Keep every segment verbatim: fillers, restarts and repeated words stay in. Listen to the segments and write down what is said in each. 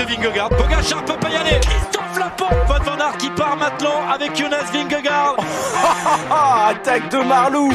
Vingegaard. Pogacar peut pas y aller. Christophe Laporte. Wout van Aert qui part maintenant avec Jonas Vingegaard. Attaque de Marlou.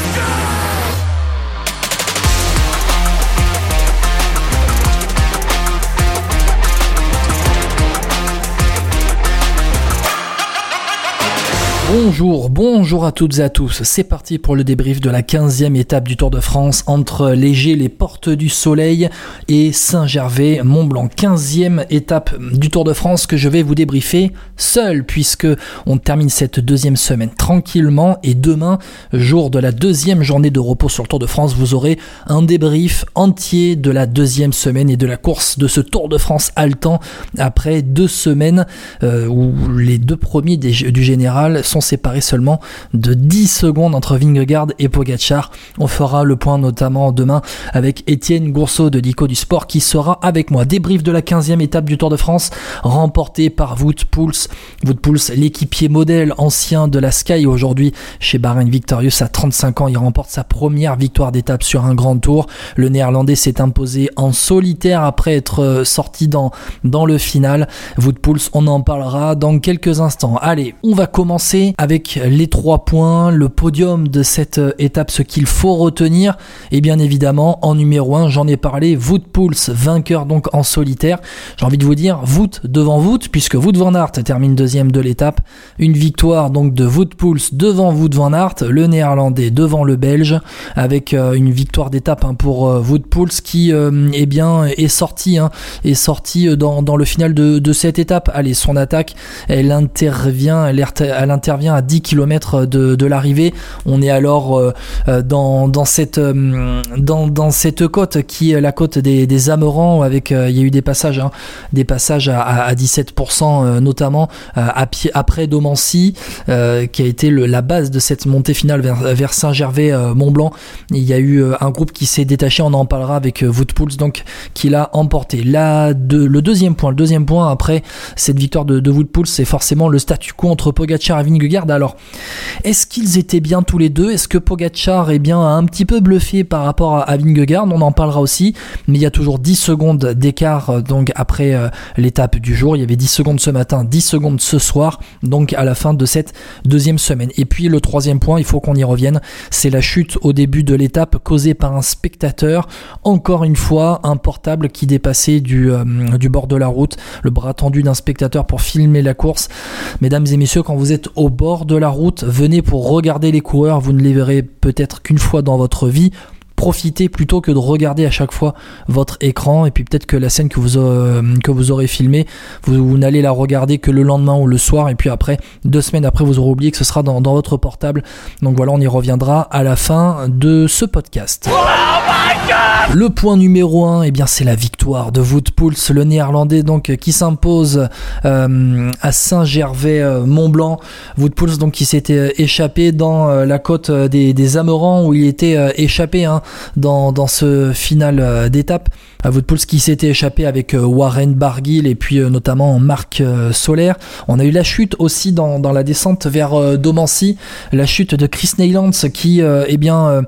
Bonjour, bonjour à toutes et à tous, c'est parti pour le débrief de la quinzième étape du Tour de France entre Léger, les Portes du Soleil et Saint-Gervais, Mont-Blanc. quinzième étape du Tour de France que je vais vous débriefer seul puisque on termine cette deuxième semaine tranquillement et demain, jour de la deuxième journée de repos sur le Tour de France, vous aurez un débrief entier de la deuxième semaine et de la course de ce Tour de France haletant après deux semaines euh, où les deux premiers des, du général sont séparés seulement de dix secondes entre Vingegaard et Pogacar. On fera le point notamment demain avec Étienne Gourceau de l'I C O du Sport qui sera avec moi. Débrief de la quinzième étape du Tour de France remportée par Wout Poels. Wout Poels, l'équipier modèle ancien de la Sky aujourd'hui chez Bahrain Victorious à trente-cinq ans. Il remporte sa première victoire d'étape sur un grand tour. Le Néerlandais s'est imposé en solitaire après être sorti dans, dans le final. Wout Poels, on en parlera dans quelques instants. Allez, on va commencer avec les trois points, le podium de cette étape, ce qu'il faut retenir. Et bien évidemment, en numéro un, j'en ai parlé, Wout Poels, vainqueur donc en solitaire. J'ai envie de vous dire, Wout devant Wout, puisque Wout van Aert termine deuxième de l'étape. Une victoire donc de Wout Poels devant Wout van Aert, le Néerlandais devant le Belge, avec euh, une victoire d'étape hein, pour euh, Wout Poels qui euh, eh bien, est sorti, hein, est sorti dans, dans le final de, de cette étape. Allez, son attaque, elle intervient, elle, elle intervient à dix kilomètres de, de l'arrivée. On est alors euh, dans, dans, cette, euh, dans, dans cette côte qui est la côte des, des Amerans avec, euh, il y a eu des passages, hein, des passages à, à dix-sept pour cent euh, notamment euh, à pied, après Domancy euh, qui a été le, la base de cette montée finale vers, vers Saint-Gervais euh, Mont-Blanc. Il y a eu euh, un groupe qui s'est détaché, on en parlera avec euh, Wout Poels donc qui l'a emporté. Là, de, le deuxième point, le deuxième point après cette victoire de, de Wout Poels, c'est forcément le statu quo entre Pogacar et Vingegaard. Alors, est-ce qu'ils étaient bien tous les deux ? Est-ce que Pogacar est bien un petit peu bluffé par rapport à, à Vingegaard ? On en parlera aussi, mais il y a toujours dix secondes d'écart donc après euh, l'étape du jour. Il y avait dix secondes ce matin, dix secondes ce soir, donc à la fin de cette deuxième semaine. Et puis le troisième point, il faut qu'on y revienne, c'est la chute au début de l'étape causée par un spectateur. Encore une fois, un portable qui dépassait du, euh, du bord de la route, le bras tendu d'un spectateur pour filmer la course. Mesdames et messieurs, quand vous êtes au bord de la route, venez pour regarder les coureurs, vous ne les verrez peut-être qu'une fois dans votre vie. Profitez plutôt que de regarder à chaque fois votre écran et puis peut-être que la scène que vous, euh, que vous aurez filmée, vous, vous n'allez la regarder que le lendemain ou le soir et puis après, deux semaines après, vous aurez oublié que ce sera dans, dans votre portable. Donc voilà, on y reviendra à la fin de ce podcast. Oh my God ! Le point numéro un, eh bien c'est la victoire de Wout Poels, le Néerlandais donc qui s'impose euh, à Saint-Gervais euh, Mont-Blanc. Wout Poels donc qui s'était échappé dans euh, la côte des, des Amerans où il était euh, échappé hein, Dans, dans ce final d'étape. Wout Poels qui s'était échappé avec Warren Barguil et puis notamment Marc Soler. On a eu la chute aussi dans, dans la descente vers Domancy, la chute de Chris Neylands qui euh, eh bien euh,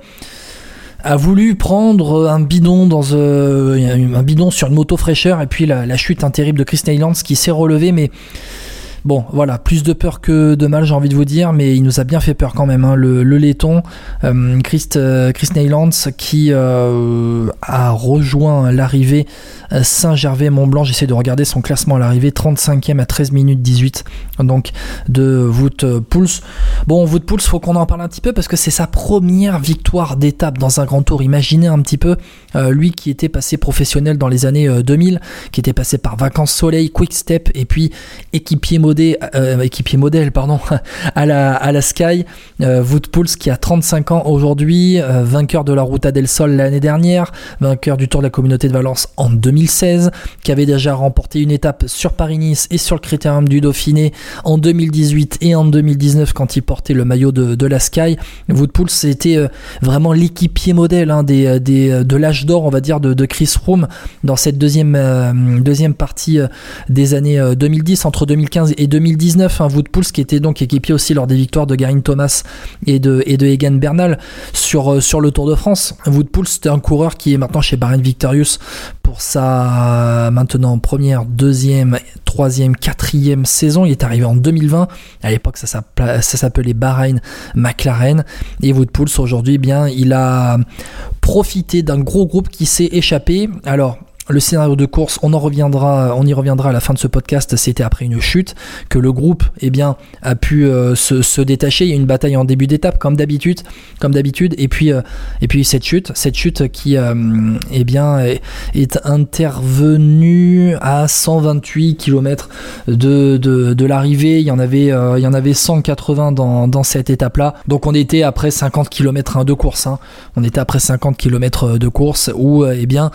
a voulu prendre un bidon dans euh, un bidon sur une moto fraîcheur et puis la, la chute hein, terrible de Chris Neylands qui s'est relevé mais bon, voilà, plus de peur que de mal, j'ai envie de vous dire, mais il nous a bien fait peur quand même, hein, le, le laiton, euh, Chris, euh, Chris Neylands, qui euh, a rejoint l'arrivée Saint-Gervais-Mont-Blanc. J'essaie de regarder son classement à l'arrivée, trente-cinquième à treize minutes dix-huit, donc de Wout Poels. Bon, Wout Poels, faut qu'on en parle un petit peu parce que c'est sa première victoire d'étape dans un grand tour. Imaginez un petit peu, euh, lui qui était passé professionnel dans les années euh, deux mille, qui était passé par Vacances Soleil, Quick Step et puis équipier modèle modé, euh, équipier modèle pardon, à la, à la Sky. Euh, Wout Poels qui a trente-cinq ans aujourd'hui, euh, vainqueur de la Ruta del Sol l'année dernière, vainqueur du Tour de la Communauté de Valence en deux mille seize, qui avait déjà remporté une étape sur Paris-Nice et sur le Critérium du Dauphiné en deux mille dix-huit et en deux mille dix-neuf quand il portait le maillot de, de la Sky. Wout Poels c'était euh, vraiment l'équipier modèle hein, des, des, de l'âge d'or on va dire de, de Chris Froome dans cette deuxième, euh, deuxième partie euh, des années euh, deux mille dix, entre deux mille quinze et deux mille dix-neuf, hein, Wout Poels qui était donc équipier aussi lors des victoires de Geraint Thomas et de, et de Egan Bernal sur, sur le Tour de France. Wout Poels, c'était un coureur qui est maintenant chez Bahrain Victorious pour sa maintenant première, deuxième, troisième, quatrième saison. Il est arrivé en deux mille vingt. À l'époque, ça, ça s'appelait Bahrain McLaren. Et Wout Poels, aujourd'hui, eh bien, il a profité d'un gros groupe qui s'est échappé. Alors, le scénario de course, on en reviendra, on y reviendra à la fin de ce podcast. C'était après une chute que le groupe, eh bien, a pu euh, se, se détacher. Il y a eu une bataille en début d'étape, comme d'habitude, comme d'habitude. Et puis, euh, et puis cette chute, cette chute qui, euh, eh bien, est, est intervenue à cent vingt-huit kilomètres de, de, de l'arrivée. Il y en avait, euh, il y en avait cent quatre-vingts dans, dans cette étape-là. Donc, on était après cinquante kilomètres hein, de course. Hein. On était après cinquante kilomètres de course où, euh, eh bien,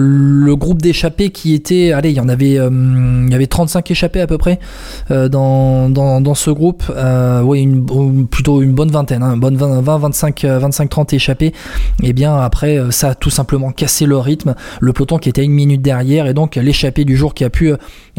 le groupe d'échappés qui était, allez, il y en avait, euh, il y avait trente-cinq échappés à peu près euh, dans, dans, dans ce groupe, euh, oui, une, plutôt une bonne vingtaine, hein, une bonne vingt, vingt-cinq, vingt-cinq, trente échappés. Et bien après, ça a tout simplement cassé le rythme, le peloton qui était à une minute derrière, et donc l'échappé du jour qui a pu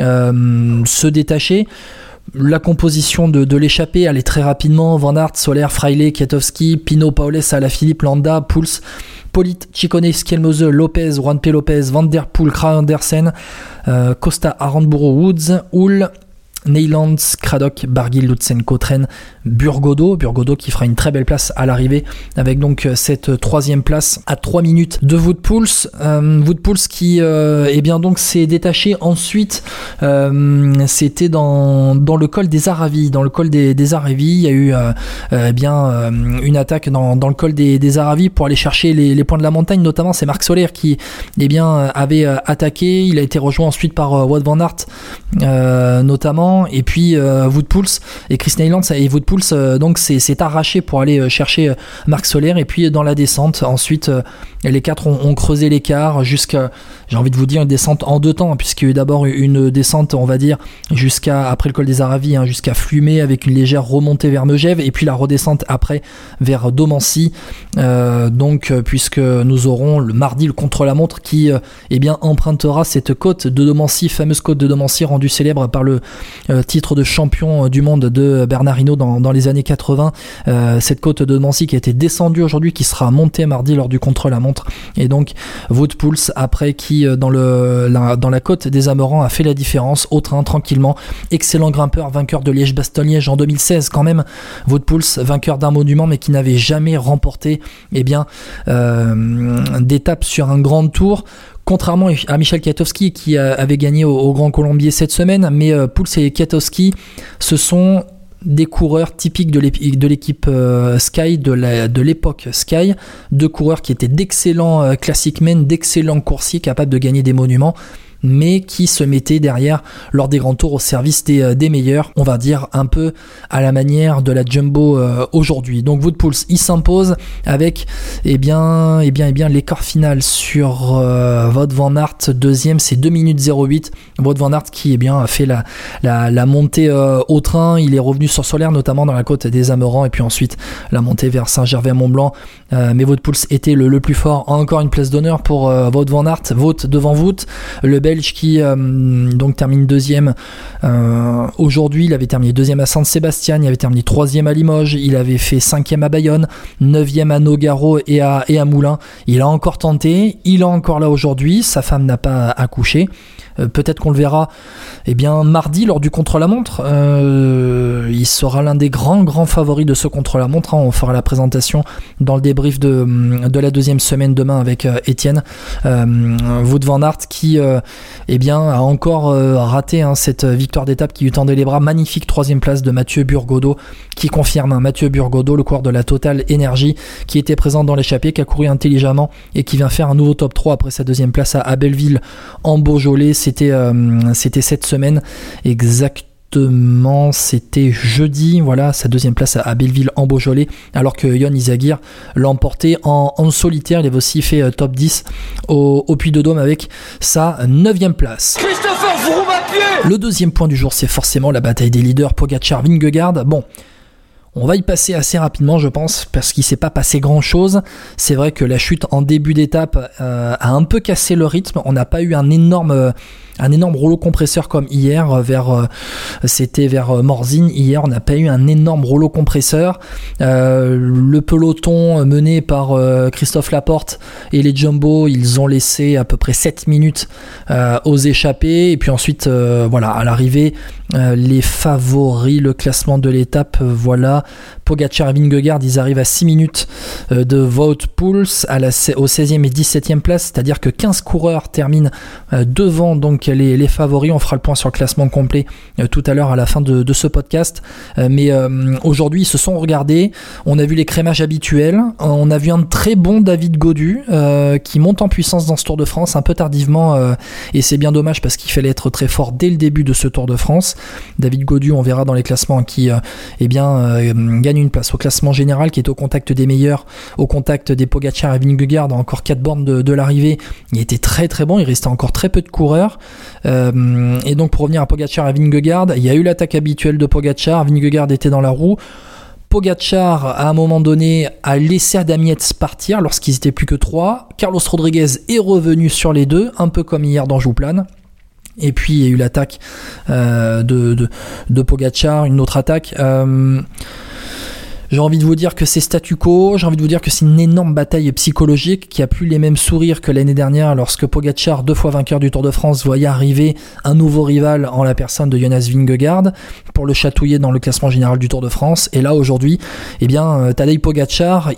euh, se détacher. La composition de, de l'échappée allait très rapidement. Van Aert, Soler, Fraile, Kwiatkowski, Pinot, Paules, Alaphilippe, Landa, Poels, Polit, Ciccone, Skelmose, Lopez, Juan P. Lopez, Van Der Poel, Kragh Andersen, euh, Costa, Aranburu, Woods, Hull, Neylands, Craddock, Barguil, Lutsenko, Tren, Burgodo, Burgodo qui fera une très belle place à l'arrivée avec donc cette troisième place à trois minutes de Wout Poels. Euh, Wout Poels qui euh, eh bien donc s'est détaché ensuite, euh, c'était dans, dans le col des Aravis, dans le col des, des Aravis, il y a eu euh, eh bien euh, une attaque dans, dans le col des, des Aravis pour aller chercher les, les points de la montagne, notamment c'est Marc Soler qui eh bien avait attaqué, il a été rejoint ensuite par euh, Wout van Aert euh, notamment. Et puis euh, Wout Poels et Chris Neylands et Wout Poels euh, donc c'est, c'est arraché pour aller euh, chercher euh, Marc Soler. Et puis dans la descente ensuite euh, les quatre ont, ont creusé l'écart jusqu'à, j'ai envie de vous dire, une descente en deux temps, puisqu'il y a eu d'abord une descente, on va dire, jusqu'à après le col des Aravis, hein, jusqu'à Flumet avec une légère remontée vers Megève, et puis la redescente après vers Domancy, euh, donc puisque nous aurons le mardi le contre-la-montre qui euh, eh bien empruntera cette côte de Domancy, fameuse côte de Domancy rendue célèbre par le euh, titre de champion du monde de Bernard Hinault dans, dans les années quatre-vingts, euh, cette côte de Domancy qui a été descendue aujourd'hui, qui sera montée mardi lors du contre-la-montre. Et donc Wout Poels après qui dans, le, la, dans la côte des Amerans a fait la différence au train tranquillement, excellent grimpeur, vainqueur de Liège-Bastogne-Liège en deux mille seize quand même, Wout Poels vainqueur d'un monument mais qui n'avait jamais remporté eh bien, euh, d'étape sur un grand tour, contrairement à Michel Kwiatkowski qui avait gagné au, au Grand Colombier cette semaine. Mais euh, Poels et Kwiatkowski, ce sont des coureurs typiques de l'équipe, de l'équipe euh, Sky, de, la, de l'époque Sky, deux coureurs qui étaient d'excellents euh, classic men, d'excellents coursiers capables de gagner des monuments, mais qui se mettaient derrière lors des grands tours au service des, des meilleurs, on va dire un peu à la manière de la Jumbo euh, aujourd'hui. Donc Wout Poels il s'impose avec eh bien, eh bien, eh bien, l'écart final sur euh, Wout van Aert, deuxième, c'est deux minutes zéro huit. Wout van Aert qui eh bien, a fait la, la, la montée euh, au train, il est revenu sur Soler notamment dans la côte des Amerans, et puis ensuite la montée vers Saint-Gervais-Mont-Blanc, euh, mais Wout Poels était le, le plus fort. Encore une place d'honneur pour euh, Wout van Aert, Wout devant Wout, le Belge qui euh, donc termine deuxième euh, aujourd'hui. Il avait terminé deuxième à San-Sébastien, il avait terminé troisième à Limoges, il avait fait cinquième à Bayonne, neuvième à Nogaro et à, et à Moulins. Il a encore tenté, il est encore là aujourd'hui, sa femme n'a pas accouché. Euh, peut-être qu'on le verra eh bien, mardi lors du contre-la-montre. Euh, il sera l'un des grands grands favoris de ce contre-la-montre, hein. On fera la présentation dans le débrief de, de la deuxième semaine demain avec euh, Étienne. Euh, Wout van Aert qui euh, eh bien, a encore euh, raté hein, cette victoire d'étape qui lui tendait les bras. Magnifique troisième place de Mathieu Burgodo qui confirme, hein, Mathieu Burgodo, le coureur de la Total Energy qui était présent dans l'échappée, qui a couru intelligemment et qui vient faire un nouveau top trois après sa deuxième place à, à Belleville en Beaujolais. C'était, euh, c'était cette semaine exactement, c'était jeudi, voilà, sa deuxième place à, à Belleville en Beaujolais, alors que Yon Izagirre l'a emporté en, en solitaire. Il avait aussi fait euh, top dix au, au Puy-de-Dôme avec sa neuvième place. Christopher Froome à pied. Le deuxième point du jour, c'est forcément la bataille des leaders, Pogačar, Vingegaard. Bon, On va y passer assez rapidement, je pense, parce qu'il s'est pas passé grand-chose. C'est vrai que la chute en début d'étape euh, a un peu cassé le rythme. On n'a pas eu un énorme, euh, un énorme rouleau compresseur comme hier. Vers, euh, c'était vers euh, Morzine. Hier, on n'a pas eu un énorme rouleau compresseur. Euh, le peloton mené par euh, Christophe Laporte et les Jumbo, ils ont laissé à peu près sept minutes euh, aux échappés. Et puis ensuite, euh, voilà, à l'arrivée, euh, les favoris, le classement de l'étape, euh, voilà. Pogačar et Vingegaard, ils arrivent à six minutes de Wout Poels à la, au seizième et dix-septième place, c'est-à-dire que quinze coureurs terminent devant donc les, les favoris. On fera le point sur le classement complet tout à l'heure à la fin de, de ce podcast, mais euh, aujourd'hui ils se sont regardés, on a vu les crémages habituels, on a vu un très bon David Gaudu euh, qui monte en puissance dans ce Tour de France un peu tardivement, euh, et c'est bien dommage parce qu'il fallait être très fort dès le début de ce Tour de France. David Gaudu, on verra dans les classements, qui euh, eh bien euh, gagne une place au classement général, qui est au contact des meilleurs, au contact des Pogačar et Vingegaard, encore quatre bornes de, de l'arrivée. Il était très très bon, il restait encore très peu de coureurs, euh, et donc pour revenir à Pogačar et Vingegaard, il y a eu l'attaque habituelle de Pogačar. Vingegaard était dans la roue. Pogačar, à un moment donné, a laissé Adam Yates partir lorsqu'ils étaient plus que trois. Carlos Rodriguez est revenu sur les deux, un peu comme hier dans Jouplane. Et puis il y a eu l'attaque euh, de, de, de Pogačar, une autre attaque. Euh, j'ai envie de vous dire que c'est statu quo, j'ai envie de vous dire que c'est une énorme bataille psychologique qui a plus les mêmes sourires que l'année dernière lorsque Pogačar, deux fois vainqueur du Tour de France, voyait arriver un nouveau rival en la personne de Jonas Vingegaard pour le chatouiller dans le classement général du Tour de France. Et là aujourd'hui, eh bien Tadej Pogačar,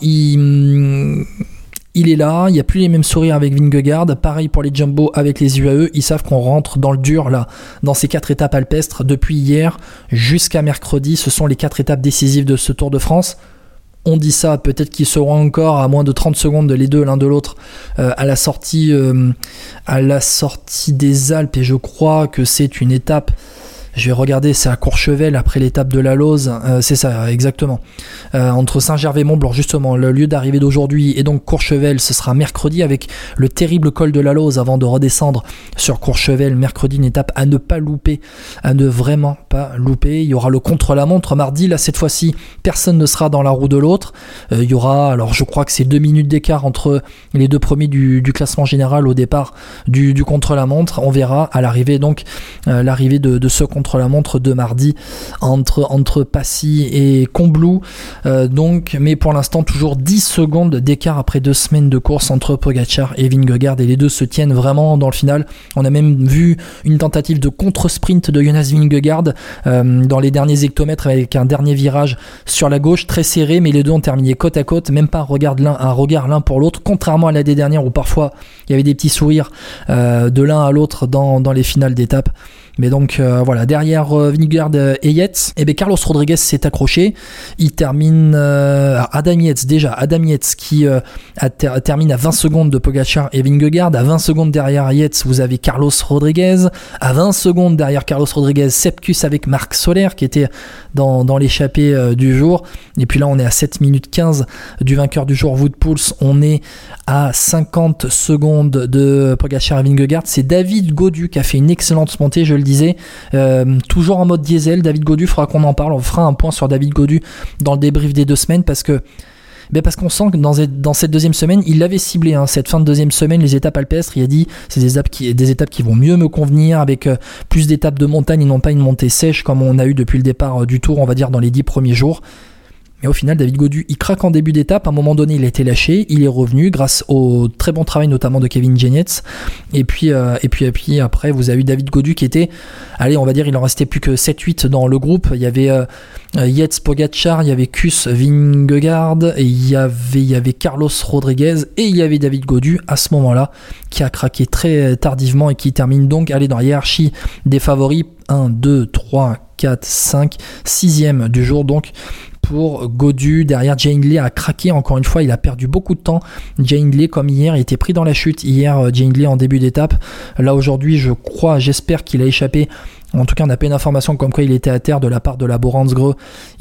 il... Il est là, il n'y a plus les mêmes sourires avec Vingegaard, pareil pour les Jumbo avec les U A E, ils savent qu'on rentre dans le dur là, dans ces quatre étapes alpestres, depuis hier jusqu'à mercredi, ce sont les quatre étapes décisives de ce Tour de France. On dit ça, peut-être qu'ils seront encore à moins de trente secondes les deux l'un de l'autre euh, à la sortie euh, à la sortie des Alpes, et je crois que c'est une étape... Je vais regarder, c'est à Courchevel après l'étape de la Lose, euh, c'est ça exactement, euh, entre Saint-Gervais-Mont-Blanc justement, le lieu d'arrivée d'aujourd'hui, et donc Courchevel, ce sera mercredi avec le terrible col de la Lose avant de redescendre sur Courchevel. Mercredi, une étape à ne pas louper, à ne vraiment pas louper. Il y aura le contre-la-montre mardi, là cette fois-ci personne ne sera dans la roue de l'autre, euh, il y aura, alors je crois que c'est deux minutes d'écart entre les deux premiers du, du classement général au départ du, du contre-la-montre. On verra à l'arrivée donc euh, l'arrivée de, de ce contre la montre de mardi entre, entre Passy et Combloux, euh, donc, mais pour l'instant toujours dix secondes d'écart après deux semaines de course entre Pogačar et Vingegaard, et les deux se tiennent vraiment dans le final. On a même vu une tentative de contre-sprint de Jonas Vingegaard euh, dans les derniers hectomètres avec un dernier virage sur la gauche très serré, mais les deux ont terminé côte à côte, même pas un regard l'un, un regard l'un pour l'autre, contrairement à l'année dernière où parfois il y avait des petits sourires euh, de l'un à l'autre dans, dans les finales d'étape. Mais donc euh, voilà, derrière euh, Vingegaard et Yates, et bien Carlos Rodriguez s'est accroché. Il termine euh, Adam Yates déjà, Adam Yates qui euh, a ter- termine à vingt secondes de Pogačar et Vingegaard. À vingt secondes derrière Yates, vous avez Carlos Rodriguez. À vingt secondes derrière Carlos Rodriguez, Sepkus avec Marc Soler qui était dans, dans l'échappée euh, du jour. Et puis là, on est à sept minutes quinze du vainqueur du jour, Wout Poels. On est à cinquante secondes de Pogačar et Vingegaard. C'est David Gaudu qui a fait une excellente montée, je le disais, euh, toujours en mode diesel. David Gaudu, il faudra qu'on en parle, on fera un point sur David Gaudu dans le débrief des deux semaines, parce que ben parce qu'on sent que dans, dans cette deuxième semaine, il l'avait ciblé, hein, cette fin de deuxième semaine, les étapes alpestres, il a dit c'est des étapes qui, des étapes qui vont mieux me convenir, avec euh, plus d'étapes de montagne et non pas une montée sèche comme on a eu depuis le départ euh, du Tour, on va dire dans les dix premiers jours. Mais au final, David Gaudu, il craque en début d'étape. À un moment donné, il a été lâché. Il est revenu grâce au très bon travail, notamment de Kevin Genietz. Et puis, euh, et puis, et puis après, vous avez eu David Gaudu qui était, allez, on va dire, il en restait plus que sept huit dans le groupe. Il y avait euh, Yates, Pogačar, il y avait Kuss, Vingegaard, et il y avait, il y avait Carlos Rodriguez, et il y avait David Gaudu à ce moment-là, qui a craqué très tardivement et qui termine donc, allez, dans la hiérarchie des favoris. un, deux, trois, quatre, cinq, sixième du jour, donc, pour Gaudu. Derrière, Jay Hindley a craqué encore une fois, il a perdu beaucoup de temps. Jay Hindley, comme hier, il était pris dans la chute hier, Jay Hindley en début d'étape. Là aujourd'hui, je crois, j'espère qu'il a échappé. En tout cas, on n'a pas une information comme quoi il était à terre de la part de la Boransgre.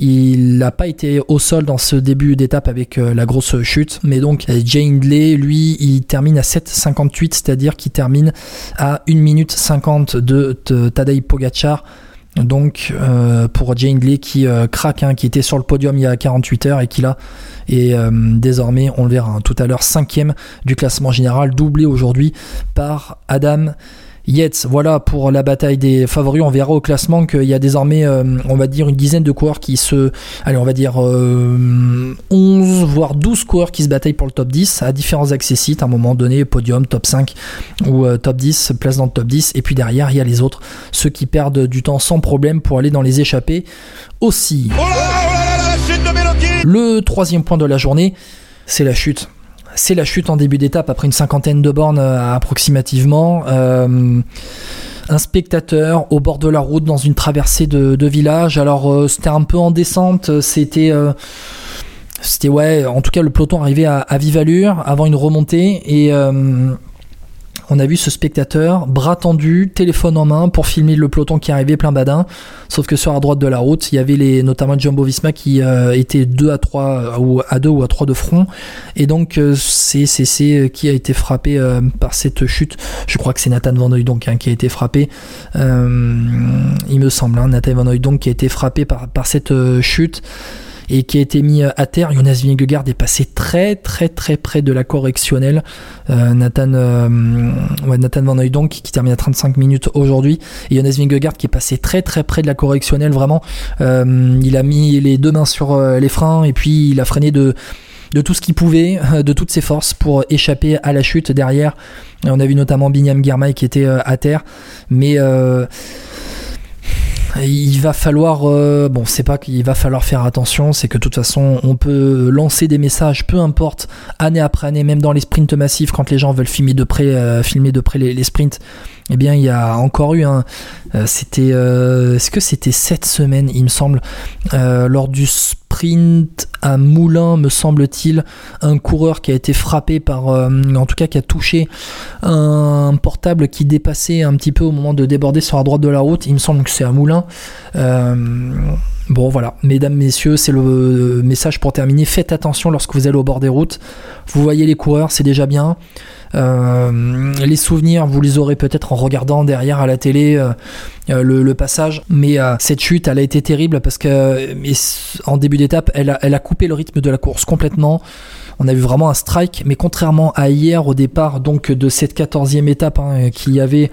Il n'a pas été au sol dans ce début d'étape avec euh, la grosse chute. Mais donc, Jay Hindley, lui, il termine à sept cinquante-huit, c'est-à-dire qu'il termine à une minute cinquante de, de Tadej Pogačar. Donc euh, pour Jay Hindley qui euh, craque, hein, qui était sur le podium il y a quarante-huit heures et qui là est euh, désormais, on le verra hein, tout à l'heure, cinquième du classement général, doublé aujourd'hui par Adam Yates. Voilà pour la bataille des favoris. On verra au classement qu'il y a désormais euh, on va dire une dizaine de coureurs qui se, allez on va dire euh, onze voire douze coureurs qui se bataillent pour le top dix à différents accessites à un moment donné, podium, top cinq ou euh, top dix, place dans le top dix, et puis derrière il y a les autres, ceux qui perdent du temps sans problème pour aller dans les échappées aussi. Oh là là, oh là là, la chute de Melocchi. Le troisième point de la journée, c'est la chute. C'est la chute en début d'étape après une cinquantaine de bornes euh, approximativement. Euh, un spectateur au bord de la route dans une traversée de, de village. Alors euh, c'était un peu en descente, c'était, euh, c'était ouais, en tout cas le peloton arrivait à, à vive allure avant une remontée et euh, on a vu ce spectateur, bras tendu, téléphone en main pour filmer le peloton qui arrivait plein badin. Sauf que sur la droite de la route, il y avait les, notamment Jumbo-Visma qui euh, étaient deux à trois ou à deux ou à trois de front. Et donc euh, c'est c'est c'est qui a été frappé euh, par cette chute. Je crois que c'est Nathan Van Hooydonck hein, qui a été frappé. Euh, il me semble, hein, Nathan Van Hooydonck qui a été frappé par par cette euh, chute. Et qui a été mis à terre. Jonas Vingegaard est passé très très très près de la correctionnelle. Euh, Nathan, euh, ouais, Nathan Van Hooydonck qui termine à trente-cinq minutes aujourd'hui. Et Jonas Vingegaard qui est passé très très près de la correctionnelle. Vraiment, euh, il a mis les deux mains sur euh, les freins et puis il a freiné de de tout ce qu'il pouvait, de toutes ses forces pour échapper à la chute derrière. Et on a vu notamment Binyam Girmay qui était euh, à terre. Mais... Euh, il va falloir euh, bon c'est pas qu'il va falloir faire attention, c'est que de toute façon on peut lancer des messages peu importe année après année, même dans les sprints massifs quand les gens veulent filmer de près euh, filmer de près les, les sprints. Eh bien il y a encore eu un euh, c'était euh, est-ce que c'était cette semaine il me semble euh, lors du sprint à Moulins me semble-t-il, un coureur qui a été frappé par euh, en tout cas qui a touché un portable qui dépassait un petit peu au moment de déborder sur la droite de la route. Il me semble que c'est à Moulins. Euh, bon voilà, mesdames, messieurs, c'est le message pour terminer. Faites attention lorsque vous allez au bord des routes. Vous voyez les coureurs, c'est déjà bien. Euh, les souvenirs, vous les aurez peut-être en regardant derrière à la télé euh, euh, le, le passage. Mais euh, cette chute, elle a été terrible parce que euh, en début d'étape, elle a, elle a coupé le rythme de la course complètement. On a vu vraiment un strike, mais contrairement à hier au départ donc de cette quatorzième étape hein, qu'il y avait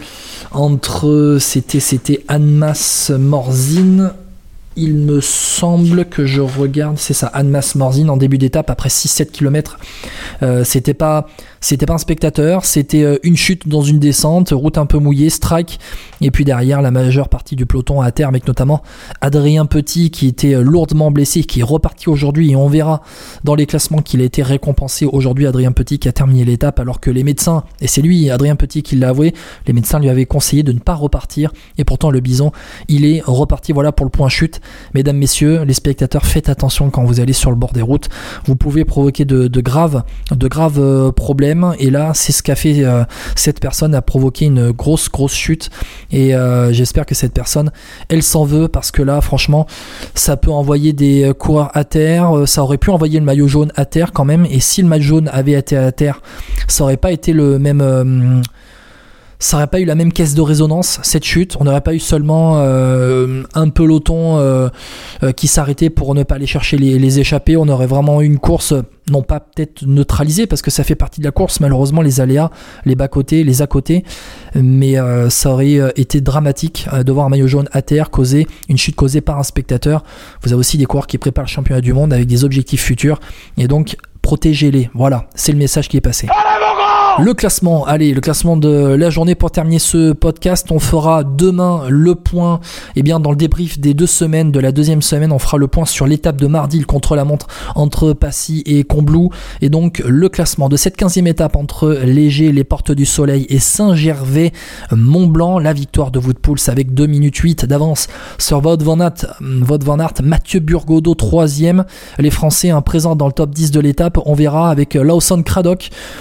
entre c'était c'était Annemasse Morzine. Il me semble que je regarde, c'est ça, Annemasse Morzine en début d'étape après six sept kilomètres. Euh, c'était pas, c'était pas un spectateur, c'était une chute dans une descente, route un peu mouillée, strike, et puis derrière la majeure partie du peloton à terre, avec notamment Adrien Petit qui était lourdement blessé, qui est reparti aujourd'hui, et on verra dans les classements qu'il a été récompensé aujourd'hui. Adrien Petit qui a terminé l'étape alors que les médecins, et c'est lui, Adrien Petit, qui l'a avoué, les médecins lui avaient conseillé de ne pas repartir, et pourtant le bison, il est reparti. Voilà pour le point chute. Mesdames, messieurs, les spectateurs, faites attention quand vous allez sur le bord des routes. Vous pouvez provoquer de, de graves, de graves euh, problèmes. Et là, c'est ce qu'a fait euh, cette personne, a provoqué une grosse, grosse chute. Et euh, j'espère que cette personne, elle s'en veut parce que là, franchement, ça peut envoyer des coureurs à terre. Ça aurait pu envoyer le maillot jaune à terre quand même. Et si le maillot jaune avait été à terre, ça aurait pas été le même... Euh, ça n'aurait pas eu la même caisse de résonance, cette chute. On n'aurait pas eu seulement euh, un peloton euh, euh, qui s'arrêtait pour ne pas aller chercher les, les échappées. On aurait vraiment eu une course, non pas peut-être neutralisée, parce que ça fait partie de la course, malheureusement, les aléas, les bas-côtés, les à-côtés. Mais euh, ça aurait été dramatique euh, de voir un maillot jaune à terre causer, une chute causée par un spectateur. Vous avez aussi des coureurs qui préparent le championnat du monde avec des objectifs futurs. Et donc, protégez-les. Voilà, c'est le message qui est passé. Le classement, allez, le classement de la journée pour terminer ce podcast. On fera demain le point, eh bien, dans le débrief des deux semaines, de la deuxième semaine, on fera le point sur l'étape de mardi, le contre-la-montre entre Passy et Combloux. Et donc, le classement de cette quinzième étape entre Léger, les Portes du Soleil et Saint-Gervais, Mont-Blanc. La victoire de Wout Poels avec deux minutes huit d'avance sur Wout van Aert, Wout van Aert, Mathieu Burgodeau, troisième. Les Français, un présent dans le top dix de l'étape. On verra avec Lawson Craddock.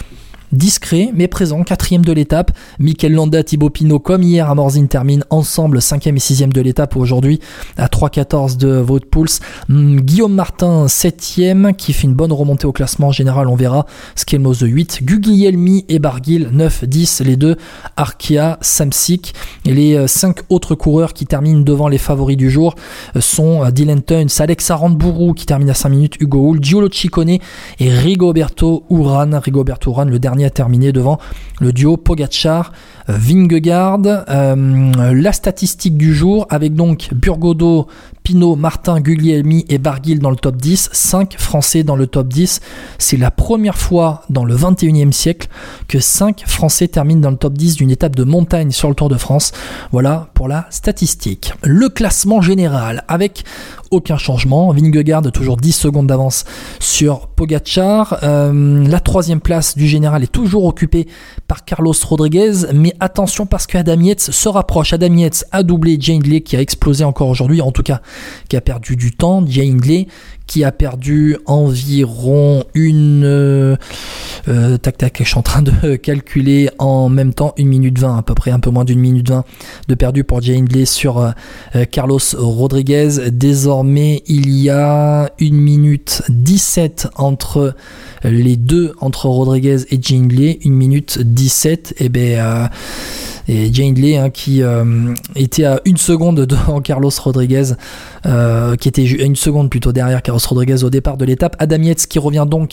discret mais présent, quatrième de l'étape. Mikel Landa, Thibaut Pinot comme hier à Morzine terminent ensemble cinquième et sixième de l'étape aujourd'hui à trois quatorze de Wout-Poels. Hum, Guillaume Martin septième qui fait une bonne remontée au classement général, on verra. Skelmose huit, Guglielmi et Barguil neuf dix, les deux Arkea, Samsic, et les cinq autres coureurs qui terminent devant les favoris du jour sont Dylan Teuns, Alex Aranburu qui termine à cinq minutes, Hugo Hull, Giulio Ciccone et Rigoberto Urán. Rigoberto Urán, le dernier à terminer devant le duo Pogacar Vingegaard. Euh, la statistique du jour avec donc Burgodo, Pinot, Martin, Guglielmi et Barguil dans le top dix, cinq Français dans le top dix. C'est la première fois dans le vingt et unième siècle que cinq Français terminent dans le top dix d'une étape de montagne sur le Tour de France. Voilà pour la statistique. Le classement général avec aucun changement. Vingegaard toujours dix secondes d'avance sur Pogacar. Euh, la troisième place du général est toujours occupée par Carlos Rodriguez, mais attention parce que Adam Yates se rapproche. Adam Yates a doublé Jay Hindley qui a explosé encore aujourd'hui, en tout cas qui a perdu du temps. Jay Hindley qui a perdu environ une... Euh, euh, tac tac, je suis en train de calculer en même temps, une minute vingt à peu près, un peu moins d'une minute vingt de perdu pour Jay Hindley sur euh, Carlos Rodriguez. Désormais, il y a une minute dix-sept entre les deux, entre Rodriguez et Jay Hindley, une minute dix-sept, et ben... Euh, Et Jay Hindley hein, qui euh, était à une seconde devant Carlos Rodriguez, euh, qui était à une seconde plutôt derrière Carlos Rodriguez au départ de l'étape. Adam Yates qui revient donc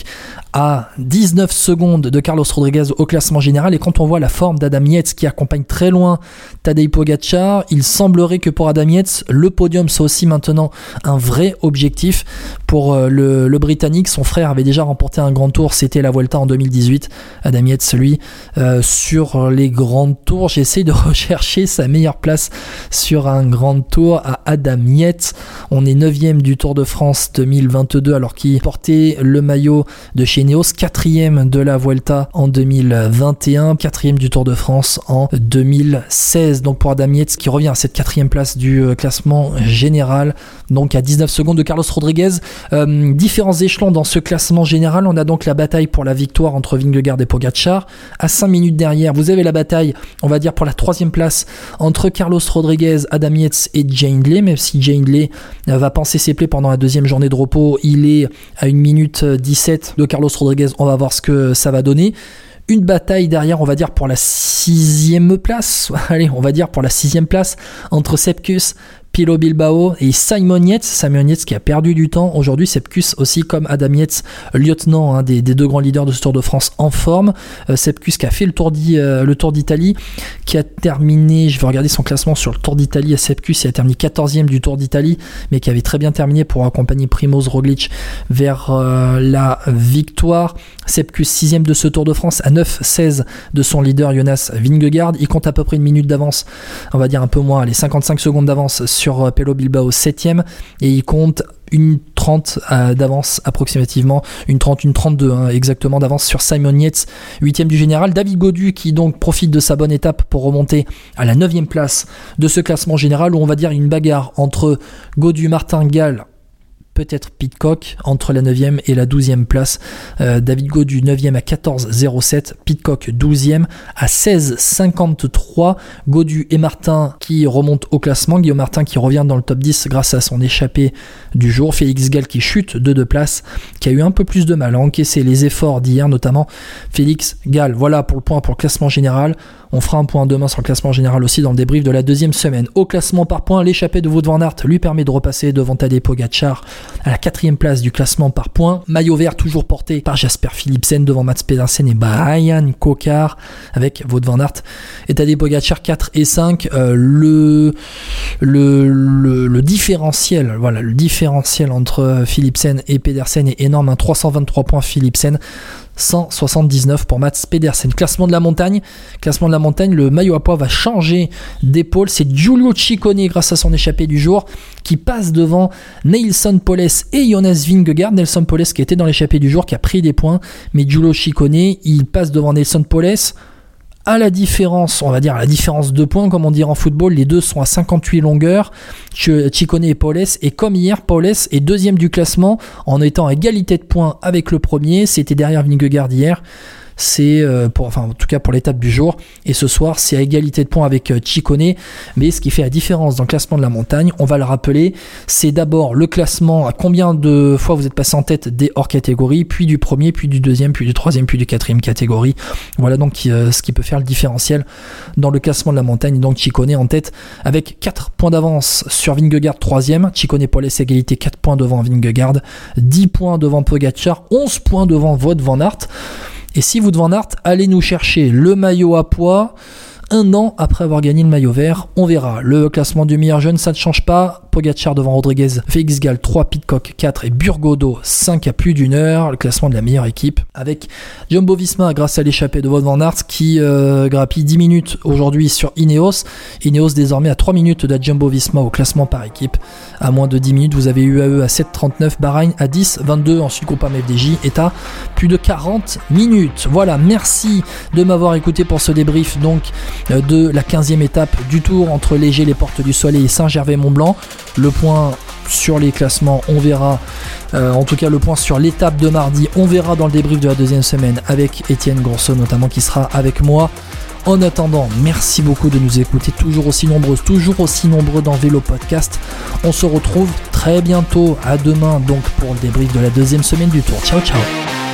à dix-neuf secondes de Carlos Rodriguez au classement général. Et quand on voit la forme d'Adam Yates qui accompagne très loin Tadej Pogacar, il semblerait que pour Adam Yates, le podium soit aussi maintenant un vrai objectif pour euh, le, le Britannique. Son frère avait déjà remporté un grand tour, c'était la Vuelta en deux mille dix-huit. Adam Yates, lui, euh, sur les grands tours, j'ai J'essaie de rechercher sa meilleure place sur un grand tour à Adam Yates. On est neuvième du Tour de France deux mille vingt-deux alors qu'il portait le maillot de chez Ineos, quatrième de la Vuelta en deux mille vingt et un, quatrième du Tour de France en deux mille seize. Donc pour Adam Yates qui revient à cette quatrième place du classement général, donc à dix-neuf secondes de Carlos Rodriguez. Euh, différents échelons dans ce classement général. On a donc la bataille pour la victoire entre Vingegaard et Pogacar. À cinq minutes derrière, vous avez la bataille, on va dire, pour la troisième place entre Carlos Rodriguez, Adam Yates et Jay Hindley, même si Jay Hindley va panser ses plaies pendant la deuxième journée de repos. Il est à une minute dix-sept de Carlos Rodriguez, on va voir ce que ça va donner. Une bataille derrière, on va dire pour la sixième place, allez, on va dire pour la sixième place entre Sepkus, Pilo Bilbao et Simon Yates. Simon Yates qui a perdu du temps aujourd'hui. Sepkus aussi comme Adam Yates, lieutenant hein, des, des deux grands leaders de ce Tour de France en forme. Euh, Sepkus qui a fait le Tour, d'I, euh, le Tour d'Italie, qui a terminé, je vais regarder son classement sur le Tour d'Italie. Sepkus il a terminé quatorzième du Tour d'Italie, mais qui avait très bien terminé pour accompagner Primoz Roglic vers euh, la victoire. Sepkus sixième de ce Tour de France à neuf seize de son leader Jonas Vingegaard. Il compte à peu près une minute d'avance, on va dire un peu moins, les cinquante-cinq secondes d'avance sur sur Pello Bilbao septième, et il compte une trente euh, d'avance approximativement, une trente, une trente-deux hein, exactement d'avance sur Simon Yates, huitième du général. David Gaudu qui donc profite de sa bonne étape pour remonter à la neuvième place de ce classement général, où on va dire une bagarre entre Gaudu, Martin, Gall, peut-être Pidcock entre la neuvième et la douzième place. Euh, David Gaudu neuvième à quatorze zéro sept, Pidcock douzième à seize cinquante-trois. Gaudu et Martin qui remontent au classement. Guillaume Martin qui revient dans le top dix grâce à son échappée du jour. Félix Gall qui chute de deux places, qui a eu un peu plus de mal à encaisser les efforts d'hier, notamment Félix Gall. Voilà pour le point pour le classement général. On fera un point demain sur le classement général aussi dans le débrief de la deuxième semaine. Au classement par points, l'échappée de Wout van Aert lui permet de repasser devant Tadej Pogacar à la quatrième place du classement par points. Maillot vert toujours porté par Jasper Philipsen devant Mats Pedersen et Brian Cocard avec Wout van Aert et Tadej Pogacar quatre et cinq. Euh, le, le, le, le différentiel, voilà, le différentiel entre Philipsen et Pedersen est énorme, hein, trois cent vingt-trois points Philipsen, cent soixante-dix-neuf pour Mats Pedersen. Classement de la montagne, classement de la montagne, le maillot à pois va changer d'épaule. C'est Giulio Ciccone grâce à son échappée du jour qui passe devant Neilson Powless et Jonas Vingegaard. Neilson Powless qui était dans l'échappée du jour, qui a pris des points, mais Giulio Ciccone, il passe devant Neilson Powless. À la différence, on va dire à la différence de points, comme on dirait en football, les deux sont à cinquante-huit longueurs, Ciccone et Powless, et comme hier, Powless est deuxième du classement en étant à égalité de points avec le premier. C'était derrière Vingegaard hier. c'est euh, pour, enfin en tout cas pour l'étape du jour. Et ce soir, c'est à égalité de points avec euh, Ciccone. Mais ce qui fait la différence dans le classement de la montagne, on va le rappeler, c'est d'abord le classement à combien de fois vous êtes passé en tête des hors catégories, puis du premier, puis du deuxième, puis du troisième, puis du quatrième catégorie. Voilà donc euh, ce qui peut faire le différentiel dans le classement de la montagne. Donc Ciccone en tête avec quatre points d'avance sur Vingegaard troisième. Ciccone pour laisser égalité, quatre points devant Vingegaard, dix points devant Pogačar, onze points devant Wout van Aert. Et si Wout van Aert, allez nous chercher le maillot à pois un an après avoir gagné le maillot vert, on verra. Le classement du meilleur jeune, ça ne change pas. Pogačar devant Rodriguez, Félix Gall trois, Pidcock quatre et Burgodo cinq à plus d'une heure. Le classement de la meilleure équipe avec Jumbo-Visma grâce à l'échappée de Wout van Aert qui euh, grappille dix minutes aujourd'hui sur Ineos. Ineos désormais à trois minutes de Jumbo-Visma au classement par équipe. À moins de dix minutes, vous avez U A E à sept trente-neuf, Bahreïn à dix vingt-deux, ensuite Groupama F D J est à plus de quarante minutes. Voilà, merci de m'avoir écouté pour ce débrief donc de la quinzième étape du Tour entre Léger, les Portes du Soleil et Saint-Gervais-Mont-Blanc. Le point sur les classements, on verra, euh, en tout cas le point sur l'étape de mardi, on verra dans le débrief de la deuxième semaine avec Étienne Grosso notamment qui sera avec moi. En attendant, merci beaucoup de nous écouter, toujours aussi nombreuses, toujours aussi nombreux dans Vélo Podcast. On se retrouve très bientôt, à demain donc pour le débrief de la deuxième semaine du Tour. Ciao ciao.